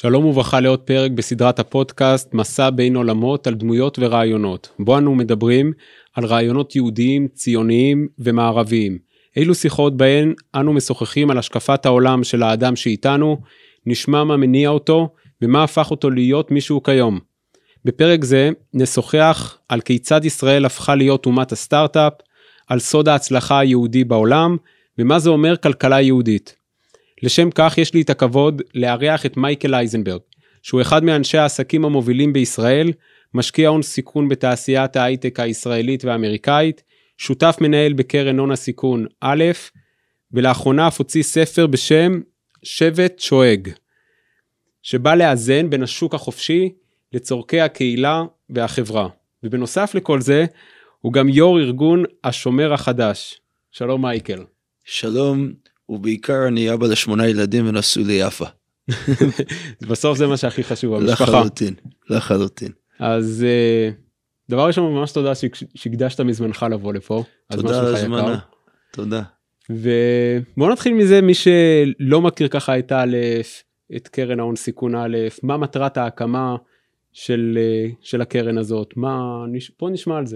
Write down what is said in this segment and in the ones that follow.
שלום וברכה לעוד פרק בסדרת הפודקאסט מסע בין עולמות על דמויות ורעיונות, בו אנו מדברים על רעיונות יהודיים, ציוניים ומערביים. אילו שיחות בהן אנו משוחחים על השקפת העולם של האדם שאיתנו, נשמע מה מניע אותו ומה הפך אותו להיות מישהו כיום. בפרק זה נשוחח על כיצד ישראל הפכה להיות אומת הסטארט-אפ, על סוד ההצלחה היהודי בעולם ומה זה אומר כלכלה יהודית. לשם כך יש לי את הכבוד לארח את מייקל אייזנברג, שהוא אחד מאנשי העסקים המובילים בישראל, משקיע הון סיכון בתעשיית ההייטק הישראלית והאמריקאית, שותף מנהל בקרן הון הסיכון א', ולאחרונה אף הוציא ספר בשם שבט שואג, שבא לאזן בין השוק החופשי לצורכי הקהילה והחברה. ובנוסף לכל זה, הוא גם יו"ר ארגון השומר החדש. שלום מייקל. שלום. ובעיקר אני אבא ל8 ילדים ונשוי ליפה. בסוף זה מה שהכי חשוב, המשפחה. לחלוטין. אז דבר ראשון, ממש תודה שהקדשת מזמנך לבוא לפה. תודה על הזמנה. תודה. ובואו נתחיל מזה, מי שלא מכיר ככה את א', את קרן ההון סיכון א', מה מטרת ההקמה של הקרן הזאת? בואו נשמע על זה.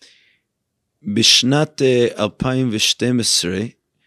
בשנת 2012,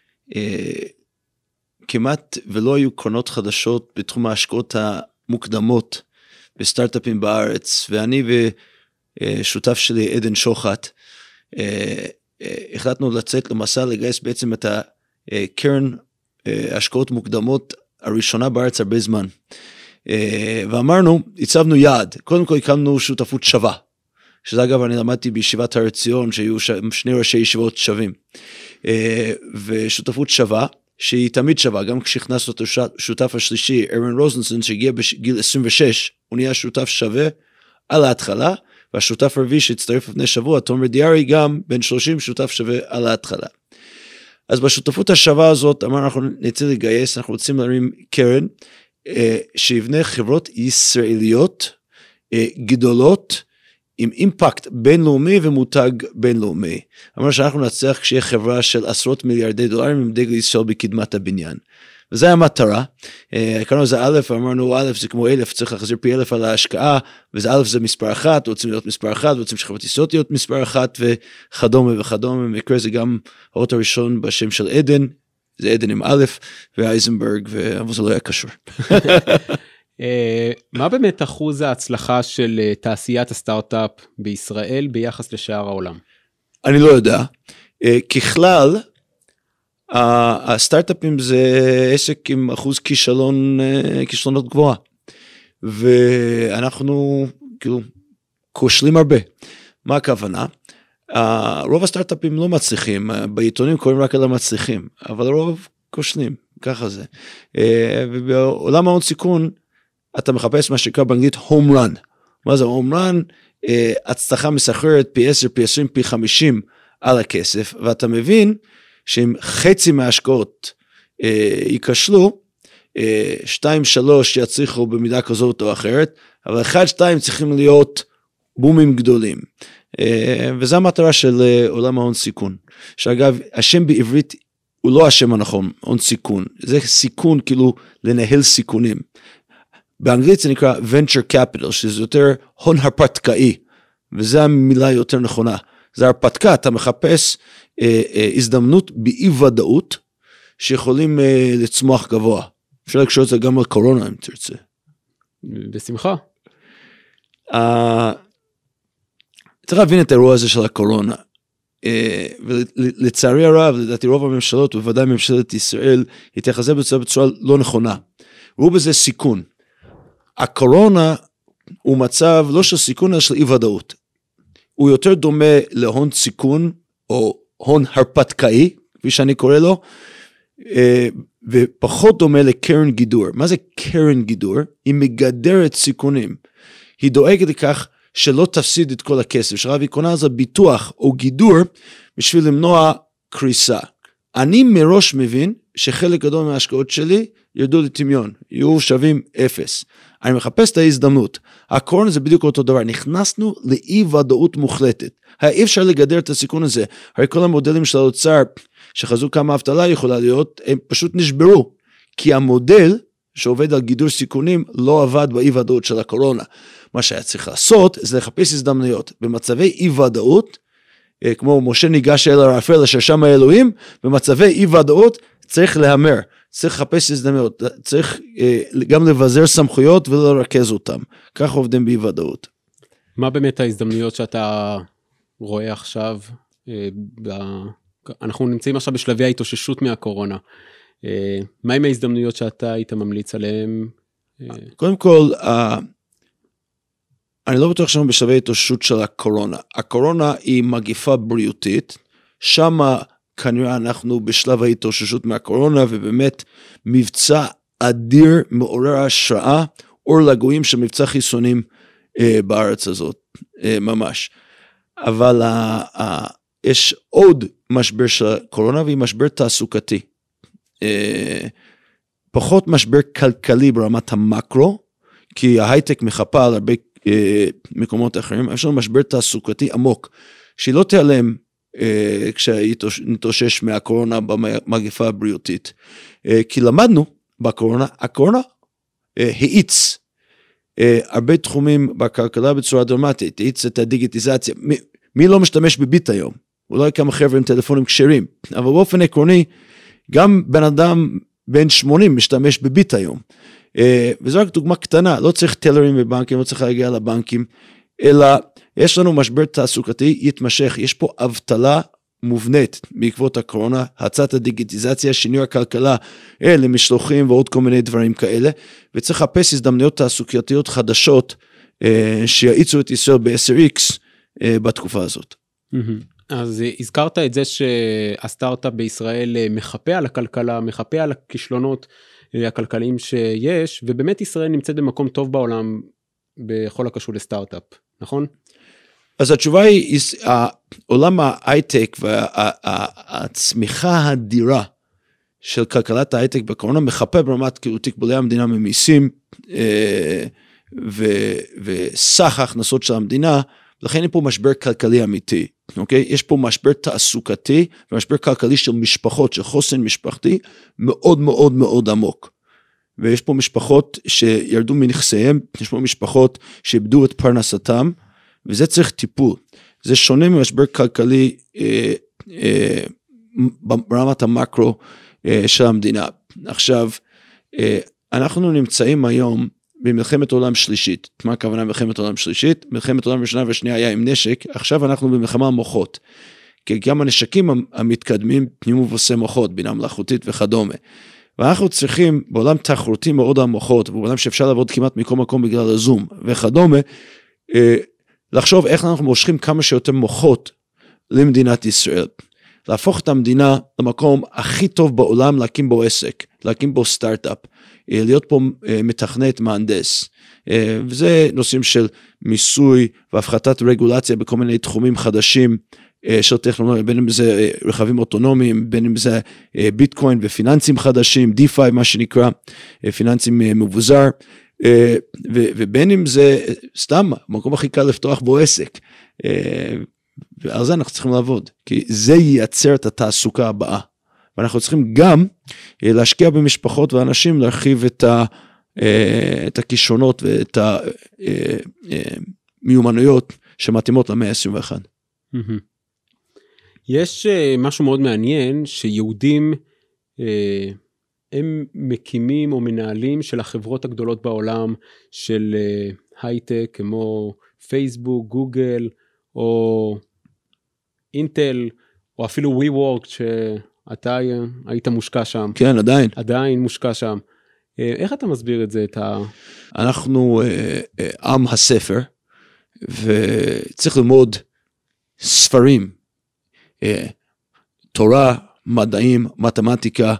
כמעט ולא היו קרנות חדשות בתחום ההשקעות המוקדמות בסטארט-אפים בארץ, ואני ושותף שלי עדן שוחט החלטנו לצאת למסע לגייס בעצם את הקרן השקעות מוקדמות הראשונה בארץ הרבה זמן, ואמרנו, הצבנו יעד, קודם כל הקמנו שותפות שווה, שזה אגב אני למדתי בישיבת הר ציון שהיו שני ראשי ישיבות שווים, ושותפות שווה שהיא תמיד שווה, גם כשהכנסנו את השותף השלישי ארן רוזנסון שהגיע בגיל 26, הוא נהיה שותף שווה על ההתחלה, והשותף הרביעי שהצטרף לפני שבוע תומר דיארי גם בן 30 שותף שווה על ההתחלה. אז בשותפות השווה הזאת אמרנו אנחנו נצא לגייס, אנחנו רוצים להרים קרן שיבנה חברות ישראליות גדולות עם אימפקט בינלאומי ומותג בינלאומי. אמרנו שאנחנו נצליח כשיהיה חברה של עשרות מיליארדי דולרים עם דגל ישראל בקדמת הבניין. וזה המטרה. קראנו לזה א', אמרנו א' זה כמו 1000, צריך להחזיר פי 1000 על ההשקעה, וזה א' זה מספר 1, רוצים להיות מספר 1, רוצים שחברות ישראליות להיות מספר 1, וכדומה וכדומה. מקרה זה גם האות הראשון בשם של עדן, זה עדן עם א', ואייזנברג, אבל זה לא היה קשור. מה באמת אחוז ההצלחה של תעשיית הסטארט-אפ בישראל ביחס לשאר העולם? אני לא יודע. ככלל, הסטארט-אפים זה עסק עם אחוז כישלונות גבוהה. ואנחנו כאילו כושלים הרבה. מה הכוונה? רוב הסטארט-אפים לא מצליחים, בעיתונים קוראים רק על המצליחים, אבל רוב כושלים, ככה זה. ובעולם ההון סיכון, אתה מחפש מה שקרה באנגלית home run. מה זה home run? הצלחה מסחררת פי 10, פי 20, פי 50 על הכסף, ואתה מבין שאם חצי מההשקעות ייכשלו, 2-3 יצליחו במידה כזאת או אחרת, אבל 1-2 צריכים להיות בומים גדולים. וזו המטרה של עולם ההון סיכון. שאגב, השם בעברית הוא לא השם הנכון, הון סיכון. זה סיכון כאילו לנהל סיכונים. באנגלית זה נקרא venture capital, שזה יותר הון הרפתקאי, וזו המילה יותר נכונה. זה הרפתקה, אתה מחפש הזדמנות באי ודאות, שיכולים לצמוח גבוה. אפשר לקשור את זה גם על קורונה, אם תרצה. בשמחה. צריך להבין את האירוע הזה של הקורונה, ולצערי הרב, לדעתי רוב הממשלות, ובוודאי ממשלת ישראל, התייחסה בצורה לא נכונה. ראו בזה סיכון. הקורונה הוא מצב לא של סיכון, אלא של אי ודאות. הוא יותר דומה להון סיכון, או הון הרפתקאי, כפי שאני קורא לו, ופחות דומה לקרן גידור. מה זה קרן גידור? היא מגדרת סיכונים. היא דואגת לכך שלא תפסיד את כל הכסף. שרב היא קונה זה ביטוח או גידור, בשביל למנוע קריסה. אני מראש מבין שחלק גדול מההשקעות שלי ירדו לטמיון, יהיו שווים 0. אני מחפש את ההזדמנות. הקורונה זה בדיוק אותו דבר, נכנסנו לאי ודאות מוחלטת. אי אפשר לגדר את הסיכון הזה. הרי כל המודלים של האוצר, שחזו כמה אבטלה יכולה להיות, הם פשוט נשברו. כי המודל שעובד על גידור סיכונים, לא עבד באי ודאות של הקורונה. מה שהיה צריך לעשות, זה לחפש הזדמנויות. במצבי אי ודאות, כמו משה ניגש אל הערפל אשר שם האלוהים, במצבי אי ודאות צריך להמר, צריך לחפש הזדמנויות, צריך גם לבזר סמכויות ולא לרכז אותם. כך עובדים באי ודאות. מה באמת ההזדמנויות שאתה רואה עכשיו? אנחנו נמצאים עכשיו בשלבי ההתאוששות מהקורונה. מה עם ההזדמנויות שאתה היית ממליץ עליהן? קודם כל, אני לא בטוח שאנחנו בשלבי ההתאוששות של הקורונה. הקורונה היא מגיפה בריאותית, שמה כנראה אנחנו בשלב ההתאוששות מהקורונה, ובאמת מבצע אדיר, מעורר השראה, אור לגויים של מבצע חיסונים בארץ הזאת, ממש. אבל יש עוד משבר של הקורונה, והיא משבר תעסוקתי. פחות משבר כלכלי ברמת המקרו, כי ההייטק מחפה על הרבה מקומות אחרים, יש לנו משבר תעסוקתי עמוק, שהיא לא תיעלם כשנתאושש מהקורונה במגפה הבריאותית. כי למדנו בקורונה, הקורונה האיץ הרבה תחומים בכלכלה בצורה דרמטית, האיץ את הדיגיטיזציה. מי לא משתמש בביט היום? אולי כמה חבר'ה עם טלפונים כשרים, אבל באופן עקרוני, גם בן אדם בן 80 משתמש בביט היום. וזו רק דוגמה קטנה, לא צריך טלרים בבנקים, לא צריך להגיע לבנקים, אלא יש לנו משבר תעסוקתי יתמשך, יש פה אבטלה מובנית בעקבות הקורונה, הצעת הדיגיטיזציה, שינוי הכלכלה למשלוחים ועוד כל מיני דברים כאלה, וצריך לחפש הזדמנויות תעסוקתיות חדשות, שיעיצו את ישראל ב-10x בתקופה הזאת. אז הזכרת את זה שהסטארט-אפ בישראל מחפה על הכלכלה, מחפה על הכישלונות הכלכליים שיש, ובאמת ישראל נמצאת במקום טוב בעולם בכל הקשור לסטארט-אפ, נכון? אז התשובה היא, עולם ההייטק והצמיחה האדירה של כלכלת ההייטק בקורונה מחפה ברמת כאילו תקבולי המדינה ממיסים וסך ההכנסות של המדינה, לכן יש פה משבר כלכלי אמיתי, אוקיי? יש פה משבר תעסוקתי ומשבר כלכלי של משפחות, של חוסן משפחתי מאוד מאוד מאוד עמוק. ויש פה משפחות שירדו מנכסיהם, יש פה משפחות שאיבדו את פרנסתם, וזה צריך טיפול. זה שונה ממשבר כלכלי ברמת המקרו של המדינה. עכשיו, אנחנו נמצאים היום במלחמת עולם שלישית. מה הכוונה במלחמת עולם שלישית? מלחמת עולם ראשונה והשנייה היה עם נשק, עכשיו אנחנו במלחמה מוחות. כי גם הנשקים המתקדמים נהיו מבוססי מוחות, בינה מלאכותית וכדומה. ואנחנו צריכים בעולם תחרותי מאוד המוחות, בעולם שאפשר לעבוד כמעט מכל מקום בגלל הזום וכדומה, לחשוב איך אנחנו מושכים כמה שיותר מוחות למדינת ישראל. להפוך את המדינה למקום הכי טוב בעולם להקים בו עסק, להקים בו סטארט-אפ, להיות פה מתכנת מהנדס. וזה נושאים של מיסוי והפחתת רגולציה בכל מיני תחומים חדשים של טכנולוגיה, בין אם זה רכבים אוטונומיים, בין אם זה ביטקוין ופיננסים חדשים, DeFi מה שנקרא, פיננסים מבוזר, ובין אם זה סתם מקום הכי קל לפתוח בו עסק, ועל זה אנחנו צריכים לעבוד, כי זה ייצר את התעסוקה הבאה, ואנחנו צריכים גם להשקיע במשפחות ואנשים, להרחיב את הכישרונות ואת המיומנויות שמתאימות למאה ה-21. יש משהו מאוד מעניין, שיהודים הם מקימים או מנהלים של החברות הגדולות בעולם, של הייטק, כמו פייסבוק, גוגל, או אינטל, או אפילו WeWork, שאתה היית מושקע שם. כן, עדיין. עדיין מושקע שם. איך אתה מסביר את זה? אנחנו עם הספר, וצריך ללמוד ספרים, תורה, מדעים, מתמטיקה,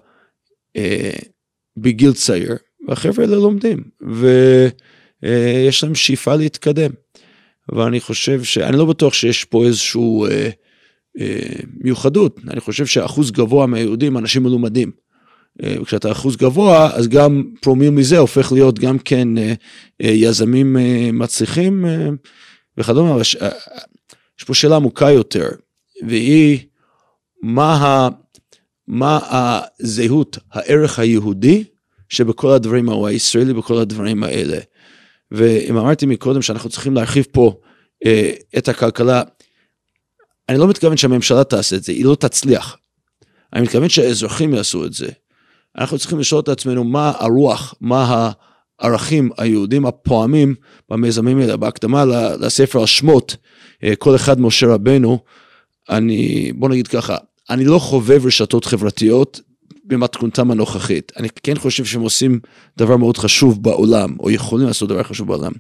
בגיל צעיר, והחבר'ה האלה לומדים, ויש להם שאיפה להתקדם. ואני חושב אני לא בטוח שיש פה איזשהו מיוחדות, אני חושב שאחוז גבוה מהיהודים, אנשים מלומדים. וכשאתה אחוז גבוה, אז גם פרומיל מזה הופך להיות גם כן יזמים מצליחים וכדומה, אבל יש פה שאלה עמוקה יותר, והיא מה הזהות, הערך היהודי שבכל הדברים, הוא הישראלי בכל הדברים האלה. ואם אמרתי מקודם שאנחנו צריכים להרחיב פה את הכלכלה, אני לא מתכוון שהממשלה תעשה את זה, היא לא תצליח. אני מתכוון שהאזרחים יעשו את זה. אנחנו צריכים לשאול את עצמנו מה הרוח, מה הערכים היהודים הפועמים במיזמים האלה, בהקדמה לספר השמות, כל אחד משה רבנו, בוא נגיד ככה, אני לא חובב רשתות חברתיות במתכונתם הנוכחית. אני כן חושב שהם עושים דבר מאוד חשוב בעולם, או יכולים לעשות דבר חשוב בעולם.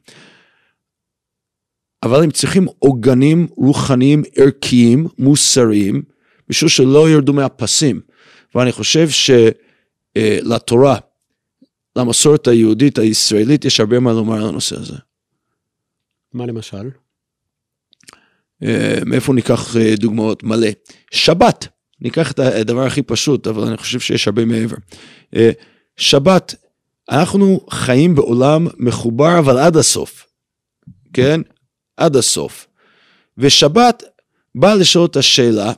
אבל הם צריכים עוגנים רוחניים, ערכיים, מוסריים, בשביל שלא ירדו מהפסים. ואני חושב שלתורה, למסורת היהודית הישראלית, יש הרבה מה לומר על הנושא הזה. מה למשל? מאיפה ניקח דוגמאות? מלא. שבת, ניקח את הדבר הכי פשוט, אבל אני חושב שיש הרבה מעבר. שבת, אנחנו חיים בעולם מחובר, אבל עד הסוף. כן? עד הסוף. ושבת בא לשאול את השאלה,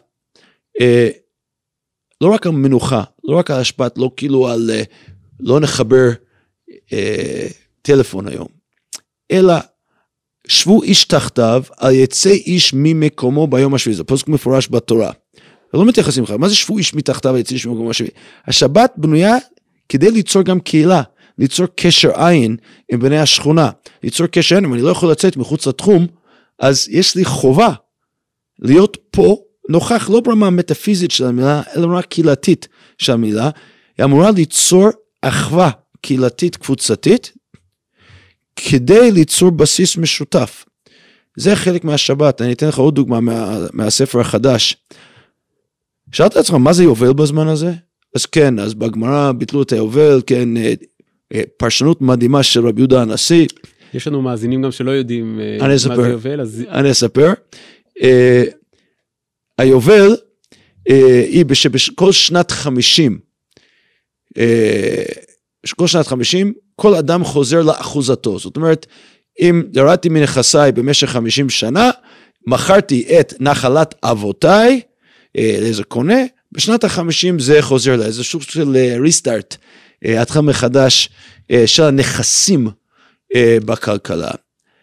לא רק על מנוחה, לא רק על השבת, לא כאילו על, לא נחבר טלפון היום, אלא שבו איש תחתיו, על יצא איש ממקומו ביום השביעי, זה פסוק מפורש בתורה. לא מתייחסים לך, מה זה שבו איש מתחתיו, על יצא איש ממקומו השביעי? השבת בנויה כדי ליצור גם קהילה, ליצור קשר עין עם בני השכונה, ליצור קשר עין, אם אני לא יכול לצאת מחוץ לתחום, אז יש לי חובה להיות פה, נוכח לא ברמה המטאפיזית של המילה, אלא ברמה קהילתית של המילה, היא אמורה ליצור אחווה קהילתית קבוצתית, כדי ליצור בסיס משותף. זה חלק מהשבת, אני אתן לך עוד דוגמה מהספר החדש. שאלת לעצמך, מה זה יובל בזמן הזה? אז כן, אז בגמרא ביטלו את היובל, כן, פרשנות מדהימה של רבי יהודה הנשיא. יש לנו מאזינים גם שלא יודעים מה זה יובל. אני אספר. היובל היא שבכל שנת 50, כל שנת 50, כל אדם חוזר לאחוזתו. זאת אומרת, אם ירדתי מנכסיי במשך 50 שנה, מכרתי את נחלת אבותיי, לאיזה קונה, בשנת ה-50 זה חוזר לה, איזה שוק של ריסטארט, התחלה מחדש של הנכסים בכלכלה.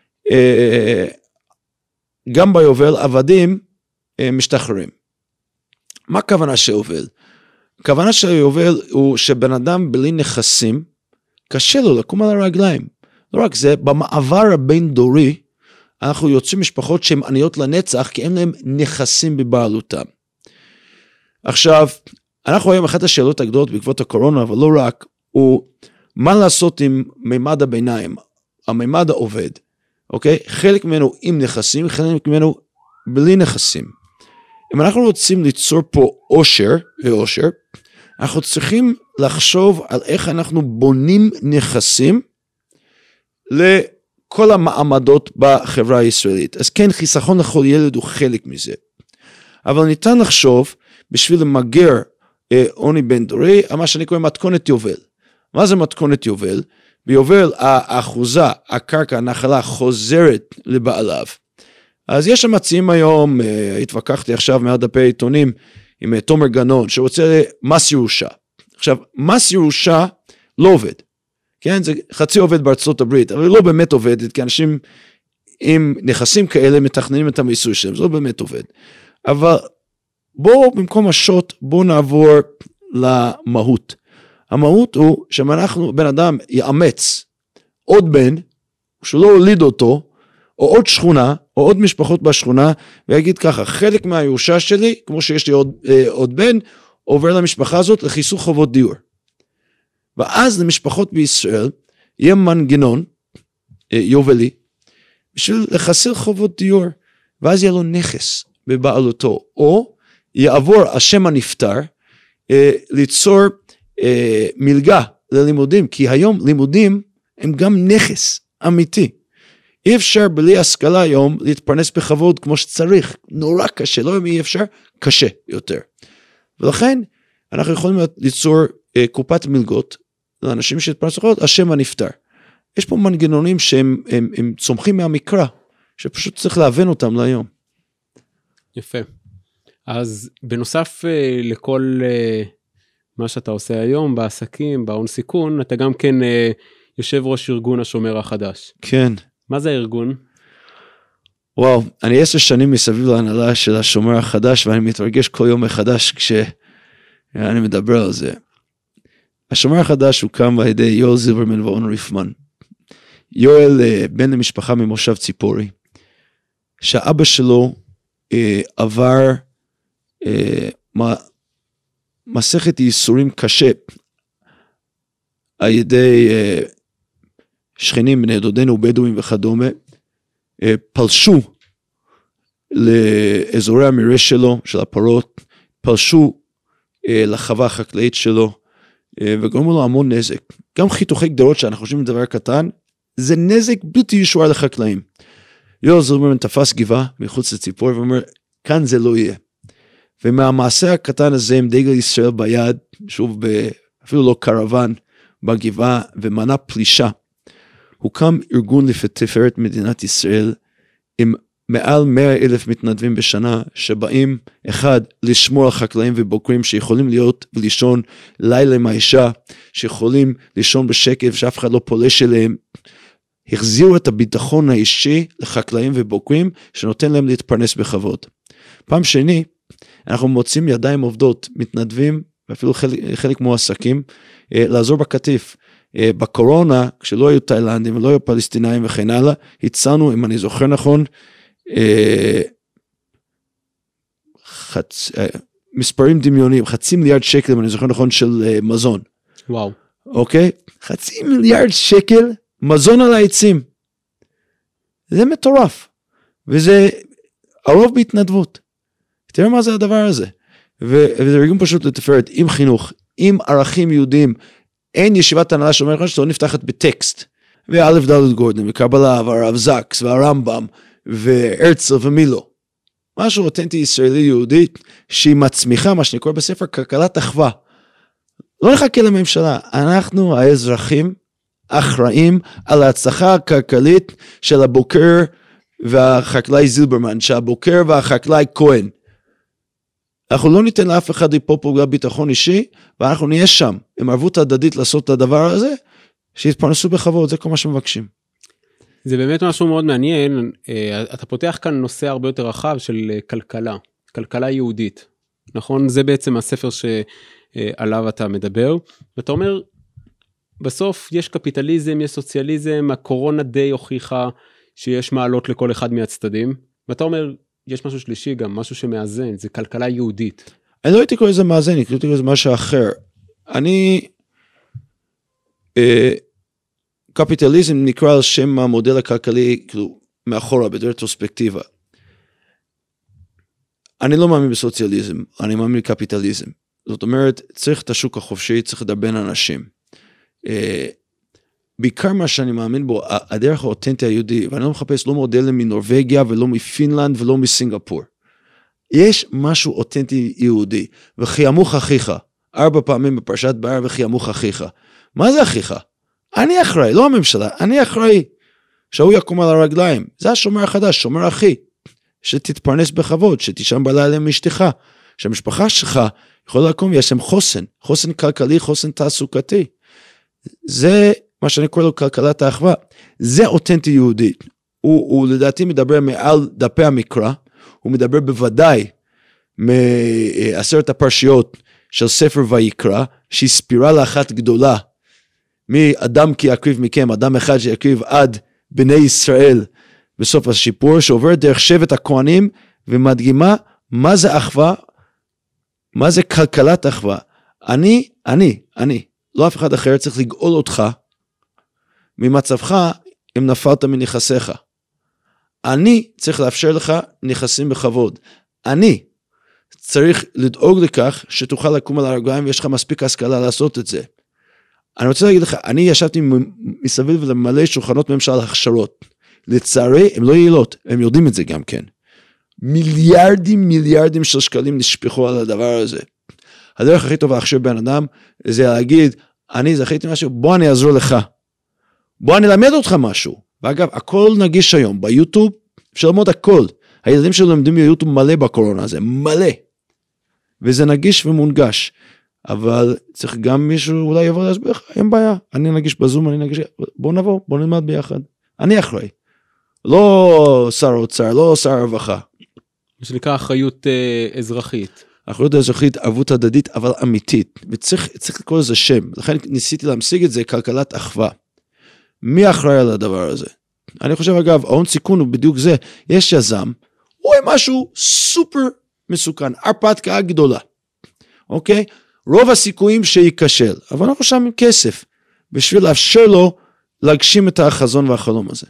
גם ביובל עבדים משתחררים. מה הכוונה של יובל? הכוונה של יובל הוא שבן אדם בלי נכסים, קשה לו לקום על הרגליים. לא רק זה, במעבר הבין דורי, אנחנו יוצאים משפחות שהן עניות לנצח, כי אין להם נכסים בבעלותם. עכשיו, אנחנו רואים אחת השאלות הגדולות בעקבות הקורונה, אבל לא רק, הוא מה לעשות עם מימד הביניים, המימד העובד, אוקיי? חלק ממנו עם נכסים, חלק ממנו בלי נכסים. אם אנחנו רוצים ליצור פה עושר ועושר, אנחנו צריכים לחשוב על איך אנחנו בונים נכסים לכל המעמדות בחברה הישראלית. אז כן, חיסכון לכל ילד הוא חלק מזה. אבל ניתן לחשוב, בשביל למגר עוני בין דורי, מה שאני קורא מתכונת יובל. מה זה מתכונת יובל? ביובל האחוזה, הקרקע, הנחלה חוזרת לבעליו. אז יש המציעים היום, התווכחתי עכשיו מעד דפי עיתונים עם תומר גנון, שרוצה מס ירושה. עכשיו, מס ירושה לא עובד. כן, זה חצי עובד בארצות הברית, אבל לא באמת עובד, כי אנשים עם נכסים כאלה מתכננים את המיסוי שלהם, זה לא באמת עובד. אבל בואו במקום השוט, בואו נעבור למהות. המהות הוא שאנחנו, בן אדם יאמץ עוד בן, שהוא לא הוליד אותו, או עוד שכונה, או עוד משפחות בשכונה, ויגיד ככה, חלק מהירושה שלי, כמו שיש לי עוד בן, עובר למשפחה הזאת לכיסוי חובות דיור. ואז למשפחות בישראל, יהיה מנגנון יובלי, בשביל לחסל חובות דיור, ואז יהיה לו נכס בבעלותו, או יעבור השם הנפטר, ליצור מלגה ללימודים, כי היום לימודים הם גם נכס אמיתי. אי אפשר בלי השכלה היום להתפרנס בכבוד כמו שצריך, נורא קשה, לא אי אפשר, קשה יותר. ולכן אנחנו יכולים ליצור קופת מלגות לאנשים שהתפרנסו השם הנפטר. יש פה מנגנונים שהם צומחים מהמקרא, שפשוט צריך להבין אותם להיום. יפה. אז בנוסף לכל מה שאתה עושה היום בעסקים, בהון סיכון, אתה גם כן יושב ראש ארגון השומר החדש. כן. מה זה הארגון? וואו, אני 10 שנים מסביב להנהלה של השומר החדש, ואני מתרגש כל יום מחדש כשאני מדבר על זה. השומר החדש הוקם על ידי יואל זילברמן ואון ריפמן. יואל בן למשפחה ממושב ציפורי, שהאבא שלו עבר מסכת ייסורים קשה על ידי שכנים בני דודינו בדואים וכדומה, פלשו לאזורי המרעה שלו, של הפרות, פלשו לחווה החקלאית שלו, וגורמו לו המון נזק. גם חיתוכי גדרות שאנחנו חושבים דבר קטן, זה נזק בלתי ישוער לחקלאים. יואל זילברמן תפס גבעה מחוץ לציפור, ואומר, כאן זה לא יהיה. ומהמעשה הקטן הזה, עם דגל ישראל ביד, שוב אפילו לא קרוון, בגבעה, ומנע פלישה, הוקם ארגון לתפארת מדינת ישראל, עם מעל 100,000 מתנדבים בשנה, שבאים, אחד, לשמור על חקלאים ובוקרים, שיכולים להיות ולישון לילה עם האישה, שיכולים לישון בשקט, שאף אחד לא פולש אליהם, החזירו את הביטחון האישי לחקלאים ובוקרים, שנותן להם להתפרנס בכבוד. פעם שני, אנחנו מוצאים ידיים עובדות, מתנדבים, ואפילו חלק מועסקים, לעזור בקטיף. בקורונה, כשלא היו תאילנדים ולא היו פלסטינאים וכן הלאה, הצענו, אם אני זוכר נכון, מספרים דמיוניים, 500 מיליארד שקל, אם אני זוכר נכון, של מזון. וואו. אוקיי? 500 מיליארד שקל מזון על העצים. זה מטורף. וזה הרוב בהתנדבות. תראה מה זה הדבר הזה. וזה ארגון פשוט לתפארת, עם חינוך, עם ערכים יהודיים. אין ישיבת הנהלה שאומרת שלא נפתחת בטקסט. ואלף דלת גורדון, וקבלה, והרב זקס, והרמב"ם, והרצל ומילו. משהו אותנטי ישראלי יהודי, שהיא מצמיחה, מה שנקרא בספר, כלכלת אחווה. לא נחכה לממשלה, אנחנו האזרחים אחראים על ההצלחה הכלכלית של הבוקר והחקלאי זילברמן, שהבוקר והחקלאי כהן. אנחנו לא ניתן לאף אחד ליפול פה בגלל ביטחון אישי, ואנחנו נהיה שם, עם ערבות הדדית לעשות את הדבר הזה, שיתפרנסו בכבוד, זה כל מה שמבקשים. זה באמת משהו מאוד מעניין, אתה פותח כאן נושא הרבה יותר רחב של כלכלה, כלכלה יהודית, נכון? זה בעצם הספר שעליו אתה מדבר, ואתה אומר, בסוף יש קפיטליזם, יש סוציאליזם, הקורונה די הוכיחה שיש מעלות לכל אחד מהצדדים, ואתה אומר, יש משהו שלישי גם, משהו שמאזן, זה כלכלה יהודית. אני לא הייתי קורא לזה מאזן, אני קורא לזה משהו אחר. קפיטליזם נקרא על שם המודל הכלכלי, כאילו, מאחורה, ברטרוספקטיבה. אני לא מאמין בסוציאליזם, אני מאמין בקפיטליזם. זאת אומרת, צריך את השוק החופשי, צריך לדבר בין אנשים. בעיקר מה שאני מאמין בו, הדרך האותנטי היהודי, ואני לא מחפש לא מודלים מנורווגיה, ולא מפינלנד, ולא מסינגפור. יש משהו אותנטי יהודי, וחיימוך אחיך, 4 פעמים בפרשת בהר, וחיימוך אחיך. מה זה אחיך? אני אחראי, לא הממשלה, אני אחראי. שהוא יקום על הרגליים, זה השומר החדש, שומר אחי, שתתפרנס בכבוד, שתישן בלילה עם אשתך, שהמשפחה שלך יכולה לקום, ויש שם חוסן, חוסן כלכלי, חוסן תעסוקתי. זה מה שאני קורא לו כלכלת האחווה, זה אותנטי יהודי. הוא לדעתי מדבר מעל דפי המקרא, הוא מדבר בוודאי מ10 הפרשיות של ספר ויקרא, שהיא ספירלה אחת גדולה, מאדם כי יקריב מכם, אדם אחד שיקריב עד בני ישראל בסוף השיפור, שעובר דרך שבט הכהנים, ומדגימה מה זה אחווה, מה זה כלכלת אחווה. אני, לא אף אחד אחר צריך לגאול אותך, ממצבך אם נפלת מנכסיך. אני צריך לאפשר לך נכסים בכבוד. אני צריך לדאוג לכך שתוכל לקום על הרגליים, ויש לך מספיק השכלה לעשות את זה. אני רוצה להגיד לך, אני ישבתי מסביב למלא שולחנות ממשל הכשרות. לצערי, הם לא יעילות, הם יודעים את זה גם כן. מיליארדים של שקלים נשפחו על הדבר הזה. הדרך הכי טובה להכשיר בן אדם, זה להגיד, אני זכיתי משהו, בוא אני אעזור לך. בוא אני אלמד אותך משהו. ואגב, הכל נגיש היום, ביוטיוב, אפשר ללמוד הכל. הילדים שלו למדים ביוטיוב מלא בקורונה הזה, מלא. וזה נגיש ומונגש. אבל צריך גם מישהו אולי יבוא להסביר לך, אין בעיה, אני נגיש בזום, בוא נבוא, בוא נלמד ביחד, אני אחראי, לא שר האוצר, לא שר הרווחה. מה שנקרא אחריות אזרחית. אחריות האזרחית, ערבות הדדית, אבל אמיתית, וצריך לקרוא לזה שם, לכן ניסיתי להמשיג את זה, כלכלת אחווה. מי אחראי על הדבר הזה? אני חושב אגב, ההון סיכון הוא בדיוק זה, יש יזם, הוא משהו סופר מסוכן, הרפתקה גדולה, אוקיי? רוב הסיכויים שייכשל, אבל אנחנו שם עם כסף, בשביל לאפשר לו להגשים את החזון והחלום הזה.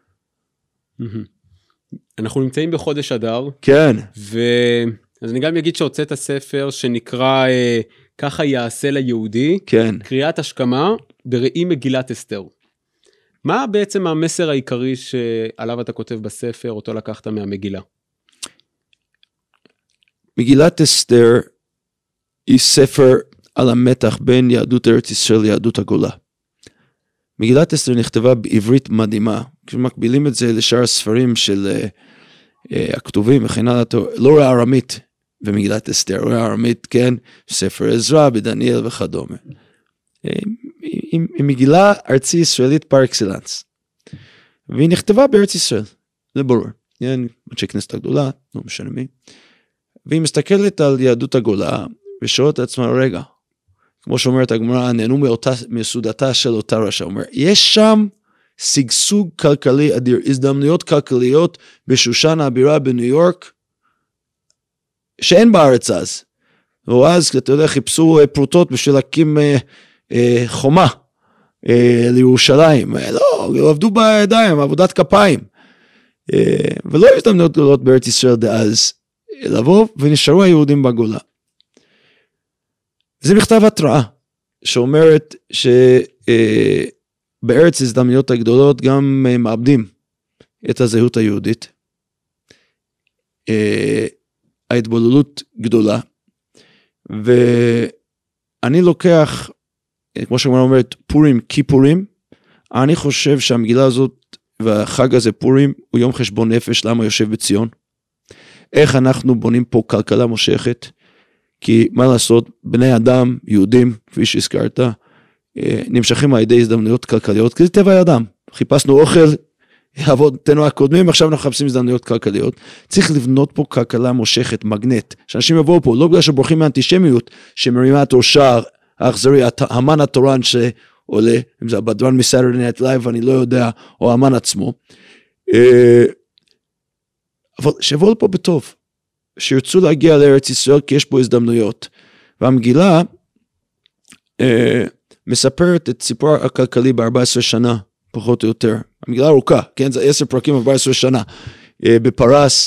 אנחנו נמצאים בחודש אדר. כן. אז אני גם אגיד שהוצאת ספר שנקרא ככה יעשה ליהודי. כן. קריאת השכמה בראי מגילת אסתר. מה בעצם המסר העיקרי שעליו אתה כותב בספר, אותו לקחת מהמגילה? מגילת אסתר היא ספר על המתח בין יהדות ארץ ישראל ליהדות הגולה. מגילת אסתר נכתבה בעברית מדהימה, כשמקבילים את זה לשאר הספרים של הכתובים, וכן הלאה, לא רואה ארמית במגילת אסתר, רואה ארמית, כן, ספר עזרא, בדניאל וכדומה. היא מגילה ארצי ישראלית פר אקסלנס, והיא נכתבה בארץ ישראל, זה ברור, אנשי כנסת הגדולה, לא משנה מי, והיא מסתכלת על יהדות הגולה, ושואלת את עצמה, רגע, כמו שאומרת הגמרא, נהנו מסעודתה של אותה רשע, אומר, יש שם שגשוג כלכלי אדיר, הזדמנויות כלכליות בשושן הבירה בניו יורק, שאין בארץ אז, ואז, אתה יודע, חיפשו פרוטות בשביל להקים חומה לירושלים, לא, עבדו בידיים, עבודת כפיים, ולא היו הזדמנויות גדולות בארץ ישראל דאז, לבוא ונשארו היהודים בגולה. זה מכתב התראה, שאומרת שבארץ הזדמנויות הגדולות גם מאבדים את הזהות היהודית. ההתבוללות גדולה, ואני לוקח, כמו שאומר אומרת, פורים כיפורים, אני חושב שהמגילה הזאת והחג הזה פורים הוא יום חשבון נפש, למה יושב בציון, איך אנחנו בונים פה כלכלה מושכת, כי מה לעשות, בני אדם, יהודים, כפי שהזכרת, נמשכים על ידי הזדמנויות כלכליות, כי זה טבע האדם, חיפשנו אוכל, אבותינו הקודמים, עכשיו אנחנו מחפשים הזדמנויות כלכליות, צריך לבנות פה כלכלה מושכת, מגנט, שאנשים יבואו פה, לא בגלל שבורחים מהאנטישמיות, שמרימה את ראשה, האכזרי, המן התורן שעולה, אם זה הבדרן מסאטרדי נייט לייב, אני לא יודע, או המן עצמו, אבל שיבואו פה בטוב, שירצו להגיע לארץ ישראל, כי יש פה הזדמנויות, והמגילה מספרת את סיפור הכלכלי ב-14 שנה, פחות או יותר, המגילה ארוכה, כן, זה 10 פרקים 14 שנה, בפרס,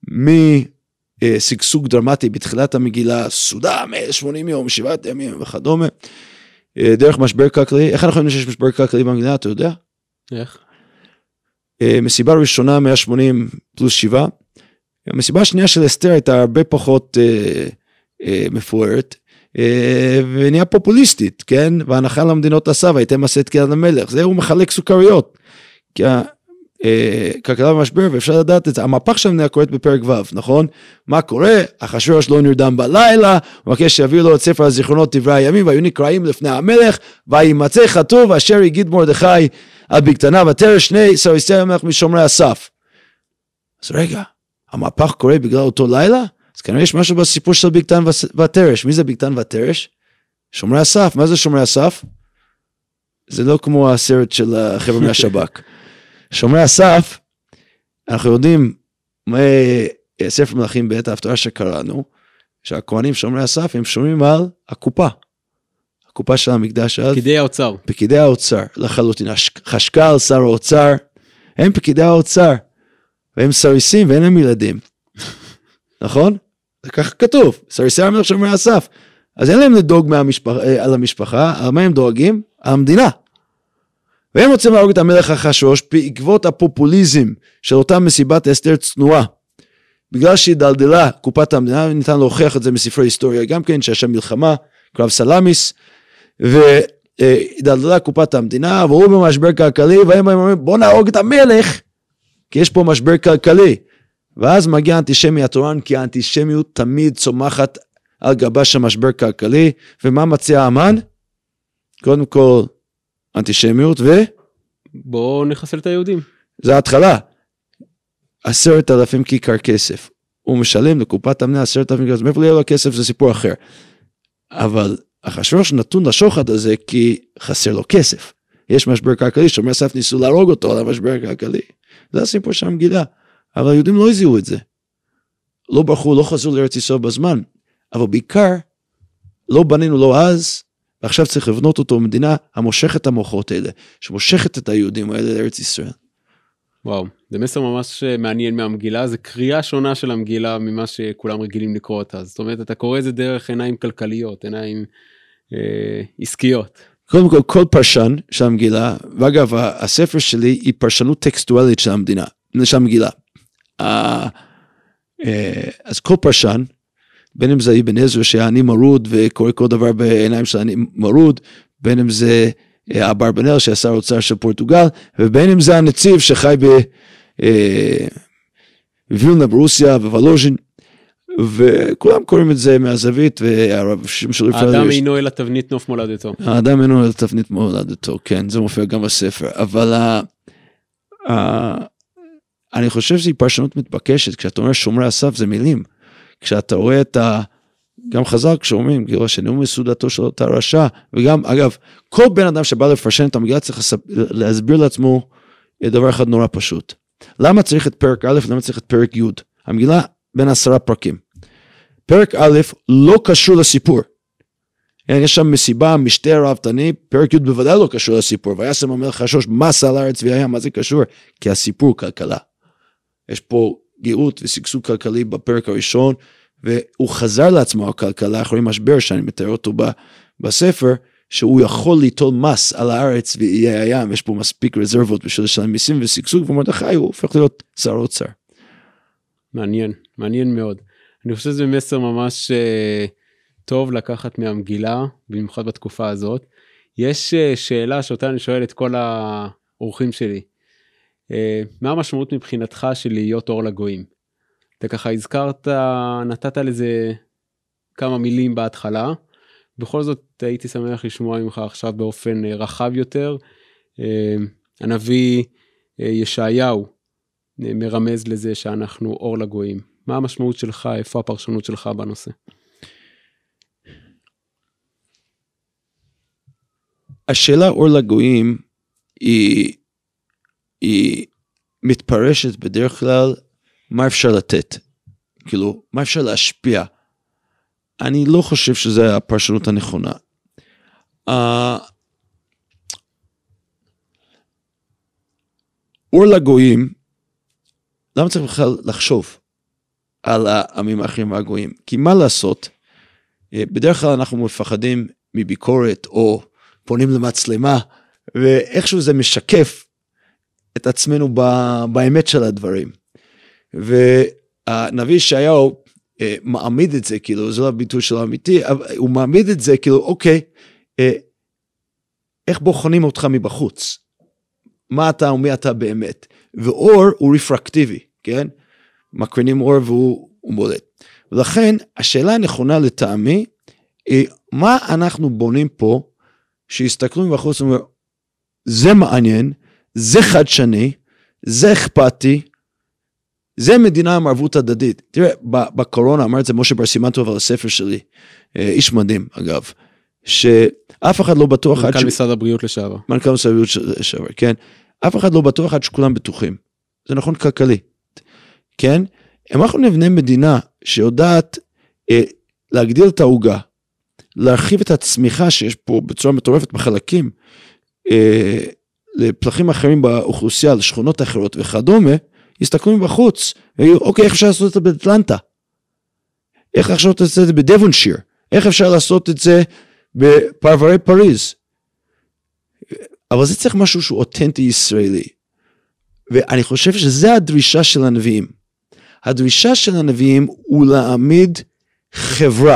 משגשוג דרמטי בתחילת המגילה, סעודה 180 יום, 7 ימים וכדומה, דרך משבר כלכלי, איך אנחנו יודעים שיש משבר כלכלי במגילה, אתה יודע? איך? מסיבה ראשונה 180 פלוס 7, המסיבה השנייה של אסתר הייתה הרבה פחות מפוארת, ונהיה פופוליסטית, כן? והנחה למדינות עשה, והייתם עשה את כיד המלך, זה הוא מחלק סוכריות, כי הכלכלה במשבר, ואפשר לדעת את זה, המהפך שם קורית בפרק ו', נכון? מה קורה? אחשוורוש לא נרדם בלילה, הוא מבקש שיביאו לו את ספר הזיכרונות דברי הימים, והיו נקראים לפני המלך, וימצא כתוב, אשר יגיד מרדכי על בגתניו ותרש שני סריסי המלך משומרי הסף. אז רגע, המהפך קורה בגלל אותו לילה? אז כנראה יש משהו בסיפור של בגתן ותרש. מי זה בגתן ותרש? שומרי הסף. מה זה שומרי הסף? זה לא כמו הסרט של החבר'ה מהשב"כ. שומרי הסף, אנחנו יודעים, ספר מלכים בעת ההפטרה שקראנו, שהכהנים שומרי הסף, הם שומרים על הקופה. הקופה של המקדש. פקידי האוצר. פקידי האוצר, לחלוטין. חשכ"ל, שר האוצר, הם פקידי האוצר. והם סריסים ואין להם ילדים. נכון? זה ככה כתוב. סריסי המלך שומרי הסף. אז אין להם לדאוג על המשפחה, על מה הם דואגים? על המדינה. והם רוצים להרוג את המלך אחשוורוש בעקבות הפופוליזם של אותה מסיבת אסתר צנועה. בגלל שהיא דלדלה קופת המדינה, ניתן להוכיח את זה מספרי היסטוריה, גם כן שיש שם מלחמה, קרב סלאמיס, ודלדלה קופת המדינה, והוא במשבר כלכלי, והם אומרים בוא נהרוג את המלך, כי יש פה משבר כלכלי. ואז מגיע האנטישמי התורן, כי האנטישמיות תמיד צומחת על גבה של משבר כלכלי, ומה מציע המן? קודם כל, אנטישמיות בואו נחסל את היהודים. זה ההתחלה. 10,000 כיכר כסף. הוא משלם לקופת המדינה 10,000 כיכר, מאיפה יהיה לו כסף זה סיפור אחר. אבל אחשוורוש נתון לשוחד הזה כי חסר לו כסף. יש משבר כלכלי, שומרי הסף ניסו להרוג אותו על המשבר כלכלי. זה הסיפור של המגילה. אבל היהודים לא הזיעו את זה. לא ברחו, לא חזרו לארץ ישראל בזמן. אבל בעיקר, לא בנינו לו אז, ועכשיו צריך לבנות אותו מדינה המושכת המוחות האלה, שמושכת את היהודים האלה לארץ ישראל. וואו, זה מסר ממש מעניין מהמגילה, זה קריאה שונה של המגילה ממה שכולם רגילים לקרוא אותה. זאת אומרת, אתה קורא את זה דרך עיניים כלכליות, עיניים עסקיות. קודם כל, כל פרשן של המגילה, ואגב, הספר שלי היא פרשנות טקסטואלית של המדינה, של המגילה. אז כל פרשן, בין אם זה אבן עזרא שהיה אני מרוד, וקורא כל דבר בעיניים של אני מרוד, בין אם זה אברבנאל שהיה שר האוצר של פורטוגל, ובין אם זה הנציב שחי בווילנה ברוסיה וולוז'ין, וכולם קוראים את זה מהזווית, והרב שריף האדם אינו אל התבנית נוף מולדתו. האדם אינו אל התבנית מולדתו, כן, זה מופיע גם בספר, אבל אני חושב שהיא פרשנות מתבקשת, כשאתה אומר שומרי הסף זה מילים, כשאתה רואה את גם חז"ל כשאומרים, כאילו שנאום מסעודתו של אותה רשע, וגם אגב, כל בן אדם שבא לפרשן את המגילה צריך להסביר לעצמו דבר אחד נורא פשוט. למה צריך את פרק א', למה צריך את פרק י'? המגילה בין 10 פרקים. פרק א' לא קשור לסיפור. יש שם מסיבה, משתה רהבתני, פרק י' בוודאי לא קשור לסיפור, וישם המלך אחשוורוש מס על הארץ וים, מה זה קשור? כי הסיפור כלכלה. יש פה גאות ושגשוג כלכלי בפרק הראשון, והוא חזר לעצמו הכלכלה אחרי משבר שאני מתאר אותו בספר, שהוא יכול ליטול מס על הארץ ואיי הים, יש פה מספיק רזרבות בשביל לשלם מיסים ושגשוג, ומרדכי הוא הופך להיות שר אוצר. מעניין, מעניין מאוד. אני חושב שזה מסר ממש טוב לקחת מהמגילה, במיוחד בתקופה הזאת. יש שאלה שאותה אני שואל את כל האורחים שלי. מה המשמעות מבחינתך של להיות אור לגויים? אתה ככה הזכרת, נתת לזה כמה מילים בהתחלה, בכל זאת הייתי שמח לשמוע ממך עכשיו באופן רחב יותר. הנביא ישעיהו מרמז לזה שאנחנו אור לגויים. מה המשמעות שלך, איפה הפרשנות שלך בנושא? השאלה אור לגויים היא מתפרשת בדרך כלל מה אפשר לתת, כאילו מה אפשר להשפיע. אני לא חושב שזו הפרשנות הנכונה. אור לגויים, למה צריך בכלל לחשוב על העמים האחרים והגויים? כי מה לעשות, בדרך כלל אנחנו מפחדים מביקורת או פונים למצלמה, ואיכשהו זה משקף את עצמנו באמת של הדברים. והנביא ישעיהו מעמיד את זה, כאילו, זה לא הביטוי שלו אמיתי, אבל הוא מעמיד את זה, כאילו, אוקיי, איך בוחנים אותך מבחוץ? מה אתה ומי אתה באמת? ואור הוא רפרקטיבי, כן? מקרינים אור והוא בולט. ולכן, השאלה הנכונה לטעמי, היא, מה אנחנו בונים פה, שיסתכלו מבחוץ ואומר, זה מעניין, זה חדשני, זה אכפתי, זה מדינה עם ערבות הדדית. תראה, בקורונה, אמר את זה משה בר סימן טוב על הספר שלי, איש מדהים אגב, שאף אחד לא בטוח... מנכ"ל משרד הבריאות לשעבר. מנכ"ל משרד הבריאות לשעבר, כן. אף אחד לא בטוח עד שכולם בטוחים. זה נכון כלכלי. כן? אם אנחנו נבנה מדינה שיודעת להגדיל את העוגה, להרחיב את הצמיחה שיש פה בצורה מטורפת בחלקים, לפלחים אחרים באוכלוסייה, לשכונות אחרות וכדומה, יסתכלו מבחוץ, ויגידו, אוקיי, איך אפשר לעשות את זה באטלנטה? איך אפשר לעשות את זה בדבונשיר? איך אפשר לעשות את זה בפרברי פריז? אבל זה צריך משהו שהוא אותנטי ישראלי. ואני חושב שזה הדרישה של הנביאים. הדרישה של הנביאים הוא להעמיד חברה.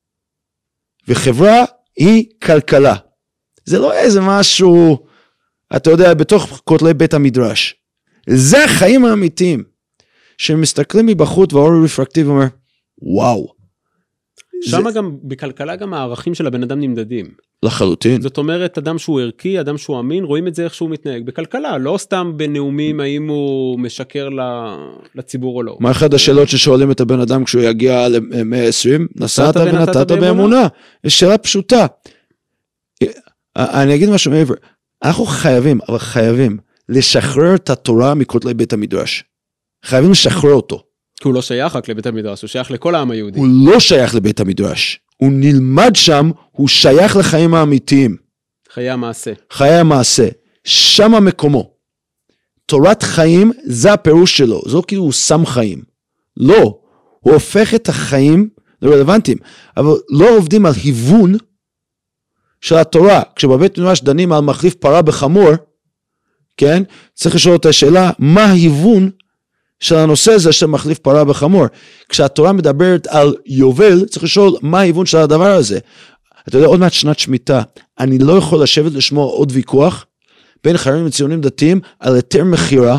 וחברה היא כלכלה. זה לא איזה משהו, אתה יודע, בתוך כותלי בית המדרש. זה החיים האמיתיים. שמסתכלים מבחוץ והאור הרפרקטיבי אומר, וואו. שם גם, בכלכלה גם הערכים של הבן אדם נמדדים. לחלוטין. זאת אומרת, אדם שהוא ערכי, אדם שהוא אמין, רואים את זה איך שהוא מתנהג. בכלכלה, לא סתם בנאומים, האם הוא משקר לציבור או לא. מה אחד השאלות ששואלים את הבן אדם כשהוא יגיע ל-120? נסעת ונתת באמונה. יש שאלה פשוטה. אני אגיד משהו מעבר. אנחנו חייבים לשחרר את התורה מכותלי בית המדרש. חייבים לשחרר אותו. כי הוא לא שייך רק לבית המדרש, הוא שייך לכל העם היהודי. הוא לא שייך לבית המדרש. הוא נלמד שם, הוא שייך לחיים האמיתיים. חיי המעשה. חיי המעשה. שם המקומו. תורת חיים זה הפירוש שלו. זה לא כאילו הוא שם חיים. לא. הוא הופך את החיים לרלוונטיים. אבל לא עובדים על היוון של התורה. כשבבית מדרש דנים על מחליף פרה בחמור, כן? צריך לשאול את השאלה, מה ההיוון של הנושא הזה של מחליף פרה בחמור? כשהתורה מדברת על יובל, צריך לשאול מה ההיוון של הדבר הזה. אתה יודע, עוד מעט שנת שמיטה, אני לא יכול לשבת לשמוע עוד ויכוח, בין חרדים וציונים דתיים, על היתר מחירה,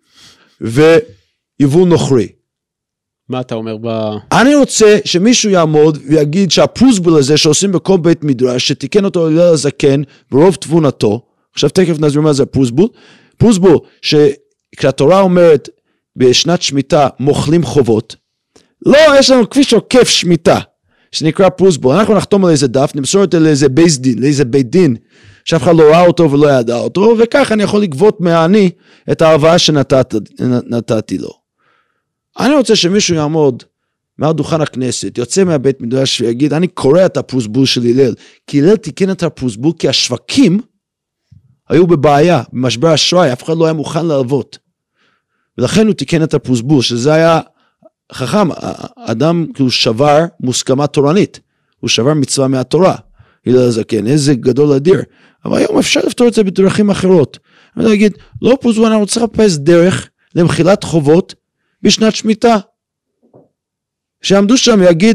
ויבול נוכרי. מה אתה אומר אני רוצה שמישהו יעמוד ויגיד שהפרוסבול הזה שעושים בכל בית מדרש, שתיקן אותו הלל הזקן ברוב תבונתו, עכשיו תכף נסביר מה זה פרוסבול, פרוסבול שכשהתורה אומרת בשנת שמיטה מוכלים חובות, לא, יש לנו כביש עוקף שמיטה, שנקרא פרוסבול, אנחנו נחתום על איזה דף, נמסור את לאיזה בייס דין, לאיזה בית דין, שאף אחד לא ראה אותו ולא ידע אותו, וכך אני יכול לגבות מהעני את ההלוואה שנתתי לו. אני רוצה שמישהו יעמוד מעל דוכן הכנסת, יוצא מהבית מדרש ויגיד, אני קורא את הפרוסבול של הלל, כי הלל תיקן את הפרוסבול, כי השווקים היו בבעיה, במשבר אשראי, אף אחד לא היה מוכן להלוות. ולכן הוא תיקן את הפרוסבול, שזה היה חכם, אדם כאילו שבר מוסכמה תורנית, הוא שבר מצווה מהתורה, הלל הזקן, איזה גדול אדיר, אבל היום אפשר לפתור את זה בדרכים אחרות. אני אגיד, לא פרוסבול, אני רוצה לחפש דרך למחילת חובות, בשנת שמיטה, שעמדו שם ויגיד,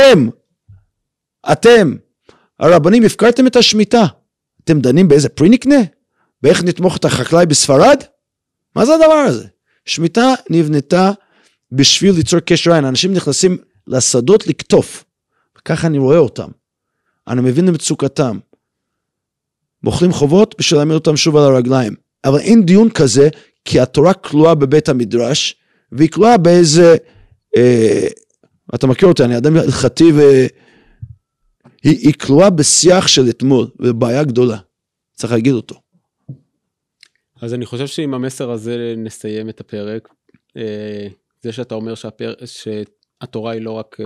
אתם, הרבנים הפקרתם את השמיטה, אתם דנים באיזה פרי נקנה? באיך נתמוך את החקלאי בספרד? מה זה הדבר הזה? שמיטה נבנתה בשביל ליצור קשר עין, אנשים נכנסים לשדות לקטוף, וככה אני רואה אותם, אני מבין למצוקתם, מוכלים חובות בשביל להעמיד אותם שוב על הרגליים, אבל אין דיון כזה, כי התורה כלואה בבית המדרש, והיא כלואה באיזה, אתה מכיר אותי, אני אדם הלכתי, והיא כלואה בשיח של אתמול, ובעיה גדולה, צריך להגיד אותו. אז אני חושב שעם המסר הזה נסיים את הפרק, זה שאתה אומר שהתורה היא לא רק,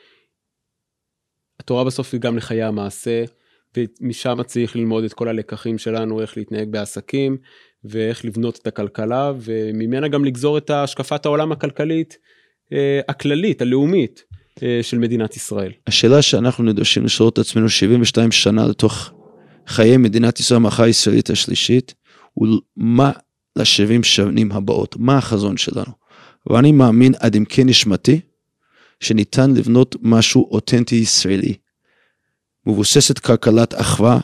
התורה בסוף היא גם לחיי המעשה, ומשם צריך ללמוד את כל הלקחים שלנו, איך להתנהג בעסקים, ואיך לבנות את הכלכלה, וממנה גם לגזור את השקפת העולם הכלכלית, הכללית, הלאומית, של מדינת ישראל. השאלה שאנחנו נדרשים לשאול את עצמנו 72 שנה לתוך חיי מדינת ישראל, הממלכה הישראלית השלישית, הוא מה ל-70 שנים הבאות, מה החזון שלנו. ואני מאמין עד עמקי נשמתי, שניתן לבנות משהו אותנטי ישראלי, מבוססת כלכלת אחווה,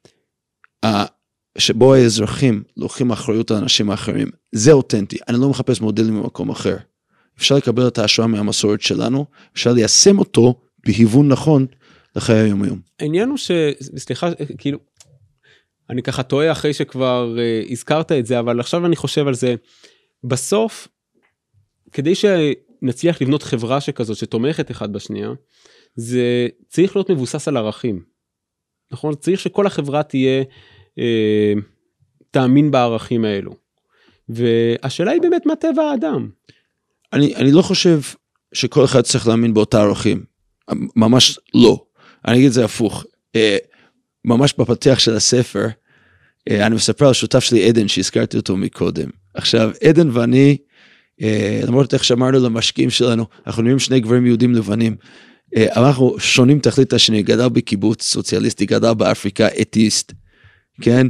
שבו האזרחים לוקחים אחריות על אנשים האחרים. זה אותנטי, אני לא מחפש מודלים במקום אחר. אפשר לקבל את ההשראה מהמסורת שלנו, אפשר ליישם אותו בהיוון נכון לחיי היום-יום. העניין הוא סליחה, כאילו, אני ככה טועה אחרי שכבר הזכרת את זה, אבל עכשיו אני חושב על זה, בסוף, כדי שנצליח לבנות חברה שכזאת, שתומכת אחד בשנייה, זה צריך להיות מבוסס על ערכים. נכון? צריך שכל החברה תהיה, תאמין בערכים האלו. והשאלה היא באמת מה טבע האדם. אני לא חושב שכל אחד צריך להאמין באותה ערכים. ממש לא. אני אגיד את זה הפוך. ממש בפתח של הספר, אני מספר על שותף שלי עדן, שהזכרתי אותו מקודם. עכשיו, עדן ואני, למרות איך שאמרנו למשקיעים שלנו, אנחנו נראים שני גברים יהודים לבנים, אנחנו שונים תכלית השני, גדל בקיבוץ סוציאליסטי, גדל באפריקה, אתיסט, כן?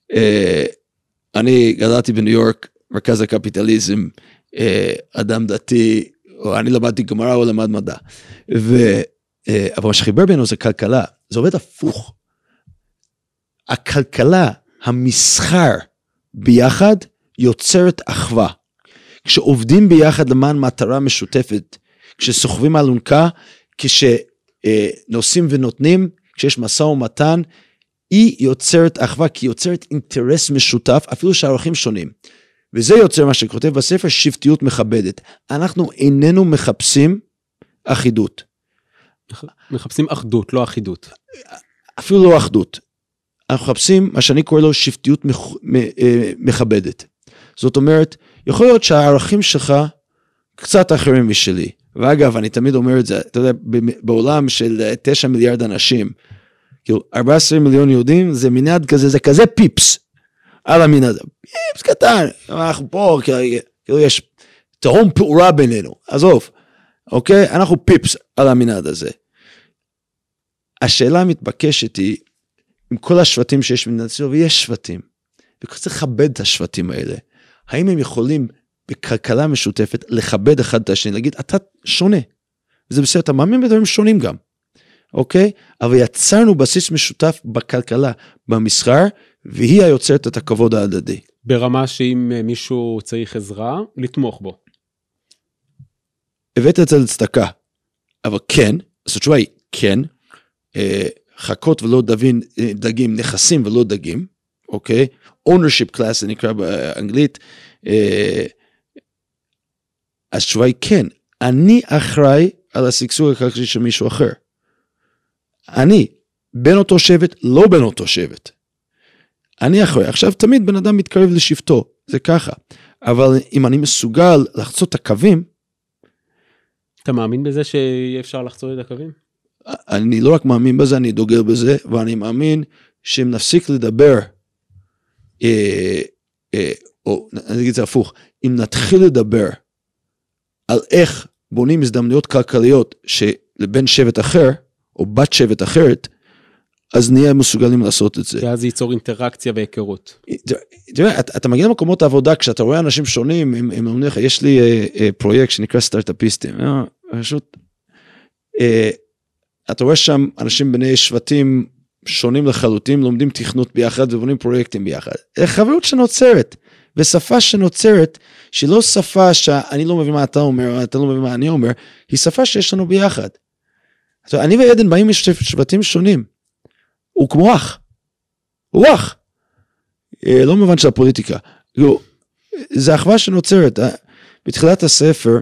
אני גדלתי בניו יורק, מרכז הקפיטליזם, אדם דתי, או אני למדתי גמרא או למד מדע, אבל מה שחיבר בינו זה כלכלה, זה עובד הפוך. הכלכלה, המסחר ביחד, יוצרת אחווה. כשעובדים ביחד למען מטרה משותפת, כשסוחבים אלונקה, נושאים ונותנים, כשיש משא ומתן, היא יוצרת אחווה, כי היא יוצרת אינטרס משותף, אפילו שהערכים שונים. וזה יוצר מה שכותב בספר, שבטיות מכבדת. אנחנו איננו מחפשים אחידות. מחפשים אחדות, לא אחידות. אפילו לא אחדות. אנחנו מחפשים מה שאני קורא לו שבטיות מכבדת. זאת אומרת, יכול להיות שהערכים שלך קצת אחרים משלי. ואגב, אני תמיד אומר את זה, אתה יודע, בעולם של 9 מיליארד אנשים, כאילו 14 מיליון יהודים, זה מנעד כזה, זה כזה פיפס על המנעד. פיפס קטן, אנחנו פה, כאילו יש תהום פעורה בינינו, עזוב, אוקיי? אנחנו פיפס על המנעד הזה. השאלה המתבקשת היא, עם כל השבטים שיש במדינת ישראל, ויש שבטים, וצריך לכבד את השבטים האלה. האם הם יכולים בכלכלה משותפת לכבד אחד את השני, להגיד, אתה שונה. וזה בסדר, אתה מאמין בדברים שונים גם. אוקיי? אבל יצרנו בסיס משותף בכלכלה, במסחר, והיא היוצרת את הכבוד ההדדי. ברמה שאם מישהו צריך עזרה, לתמוך בו. הבאת את זה לצדקה. אבל כן, אז התשובה היא כן, חכות ולא דגים, נכסים ולא דגים, אוקיי? ownership class, זה נקרא באנגלית, אז התשובה היא כן, אני אחראי על השגשוג הכלכלי של מישהו אחר. אני, בין אותו שבט, לא בין אותו שבט. אני אחראי. עכשיו, תמיד בן אדם מתקרב לשבטו, זה ככה. אבל אם אני מסוגל לחצות את הקווים, אתה מאמין בזה שאי אפשר לחצות את הקווים? אני לא רק מאמין בזה, אני דוגל בזה, ואני מאמין שאם נפסיק לדבר, או אני אגיד את זה הפוך, אם נתחיל לדבר על איך בונים הזדמנויות כלכליות שלבין שבט אחר, או בת שבט אחרת, אז נהיה מסוגלים לעשות את זה. ואז זה ייצור אינטראקציה והיכרות. תראה, אתה מגיע למקומות העבודה, כשאתה רואה אנשים שונים, הם אומרים לך, יש לי פרויקט שנקרא סטארט-אפיסטים, פשוט, אתה רואה שם אנשים בני שבטים שונים לחלוטין, לומדים תכנות ביחד ובונים פרויקטים ביחד. חברות שנוצרת, ושפה שנוצרת, שהיא לא שפה שאני לא מבין מה אתה אומר, אתה לא מבין מה אני אומר, היא שפה שיש לנו ביחד. אני ועדן באים משבטים שונים, הוא כמו אח, הוא אח, לא מובן של הפוליטיקה, זה אחווה שנוצרת, בתחילת הספר,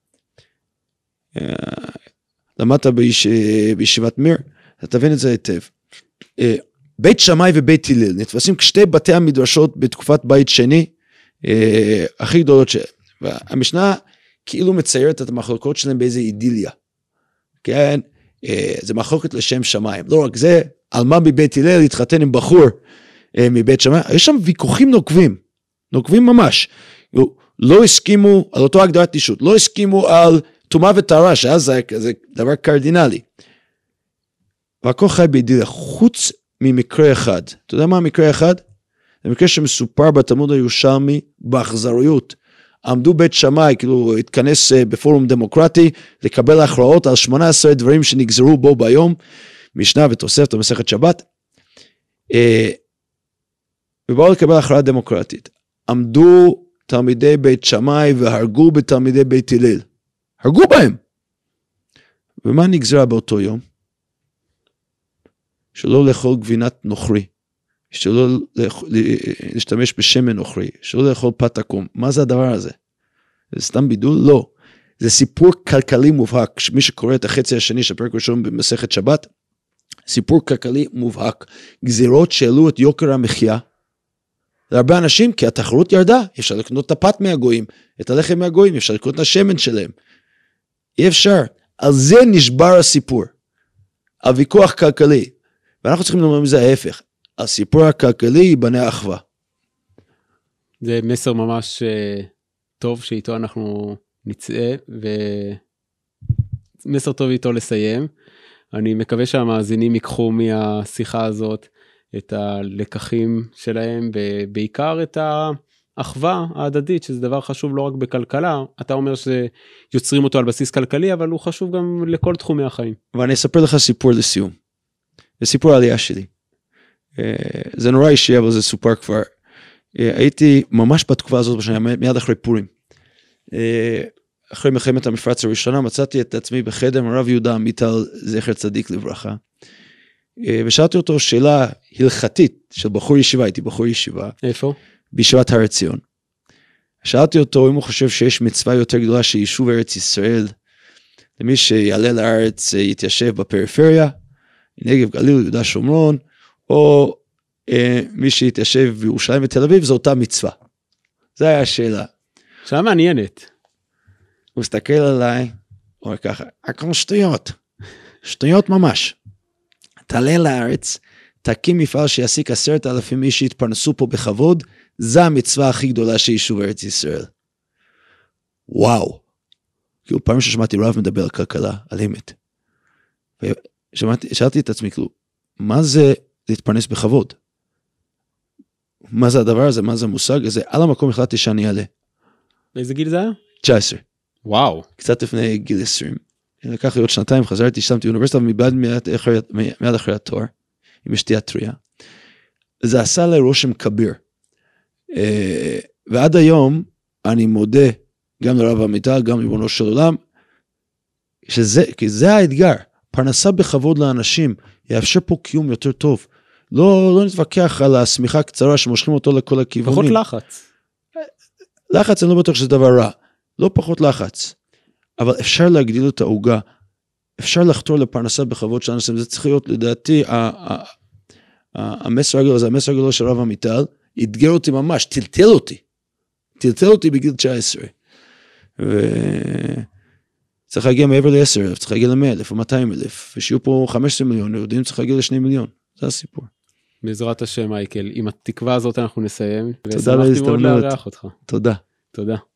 למדת בישיבת מיר, אתה תבין את זה היטב, בית שמאי ובית הלל, נתפסים כשתי בתי המדרשות בתקופת בית שני, הכי גדולות והמשנה כאילו מציירת את המחלוקות שלהם באיזה אידיליה, כן, זה מחלוקת לשם שמיים, לא רק זה, על מה מבית הלל להתחתן עם בחור מבית שמיים, יש שם ויכוחים נוקבים ממש, לא הסכימו על אותו הגדרת אישות, לא הסכימו על טומאה וטהרה, שאז זה דבר קרדינלי, והכל חי באידיליה, חוץ ממקרה אחד, אתה יודע מה המקרה אחד? זה מקרה שמסופר בתלמוד הירושלמי באכזריות, עמדו בית שמאי, כאילו התכנס בפורום דמוקרטי, לקבל הכרעות על 18 דברים שנגזרו בו ביום, משנה ותוספת במסכת שבת, ובאו לקבל הכרעה דמוקרטית, עמדו תלמידי בית שמאי והרגו בתלמידי בית הלל, הרגו בהם, ומה נגזרה באותו יום? שלא לאכול גבינת נוכרי, שלא להשתמש בשמן נוכרי, שלא לאכול פת עקום. מה זה הדבר הזה? זה סתם בידול? לא. זה סיפור כלכלי מובהק. מי שקורא את החצי השני של פרק ראשון במסכת שבת, סיפור כלכלי מובהק. גזירות שעלו את יוקר המחיה, להרבה אנשים, כי התחרות ירדה, אפשר לקנות את הפת מהגויים, את הלחם מהגויים, אפשר לקנות את השמן שלהם. אי אפשר. על זה נשבר הסיפור. על ויכוח כלכלי. ואנחנו צריכים לומר מזה ההפך. הסיפור הכלכלי ייבנה אחווה. זה מסר ממש טוב שאיתו אנחנו נצא, ומסר טוב איתו לסיים. אני מקווה שהמאזינים ייקחו מהשיחה הזאת את הלקחים שלהם, ובעיקר את האחווה ההדדית, שזה דבר חשוב לא רק בכלכלה. אתה אומר שיוצרים אותו על בסיס כלכלי, אבל הוא חשוב גם לכל תחומי החיים. ואני אספר לך סיפור לסיום. זה סיפור העלייה שלי. זה נורא אישי, אבל זה סופר כבר. הייתי ממש בתקופה הזאת, מיד אחרי פורים. אחרי מלחמת המפרץ הראשונה, מצאתי את עצמי בחדר עם הרב יהודה עמיטל, זכר צדיק לברכה, ושאלתי אותו שאלה הלכתית של בחור ישיבה, הייתי בחור ישיבה. איפה? בישיבת הר עציון. שאלתי אותו אם הוא חושב שיש מצווה יותר גדולה של יישוב ארץ ישראל, למי שיעלה לארץ יתיישב בפריפריה, נגב, גליל, יהודה, שומרון, או מי שיתיישב בירושלים ותל אביב, זו אותה מצווה. זו היה השאלה. שאלה מעניינת. הוא מסתכל עליי, הוא אומר ככה, הכל שטויות, שטויות ממש. תעלה לארץ, תקים מפעל שיעסיק 10,000 איש שיתפרנסו פה בכבוד, זה המצווה הכי גדולה של יישוב ארץ ישראל. וואו. כאילו פעם ששמעתי רב מדבר על כלכלה, על אמת. ושאלתי את עצמי, כאילו, מה זה להתפרנס בכבוד? מה זה הדבר הזה? מה זה המושג הזה? על המקום החלטתי שאני אעלה. באיזה גיל זה היה? 19. וואו. קצת לפני גיל 20. לקח לי עוד שנתיים, חזרתי, שמתי אוניברסיטה, מיד אחרי התואר, עם אשתי הטריה. זה עשה לי רושם כביר. ועד היום, אני מודה, גם לרב עמיטל, גם לריבונו של עולם, כי זה האתגר, פרנסה בכבוד לאנשים, יאפשר פה קיום יותר טוב. לא נתווכח על השמיכה הקצרה שמושכים אותו לכל הכיוונים. פחות לחץ. לחץ אני לא בטוח שזה דבר רע, לא פחות לחץ, אבל אפשר להגדיל את העוגה, אפשר לחתור לפרנסה בכבוד של אנשים, זה צריך להיות לדעתי, המסר הגדול הזה, המסר הגדול של רב עמיטל, יתגר אותי ממש, טלטל אותי בגיל 19, וצריך להגיע מעבר ל-10,000, צריך להגיע ל-100,000 או 200,000, ושיהיו פה 15 מיליון יהודים, צריך להגיע ל2 מיליון, זה הסיפור. בעזרת השם מייקל, עם התקווה הזאת אנחנו נסיים, תודה להזדמנות. ושמחתי מאוד לארח אותך. תודה. תודה.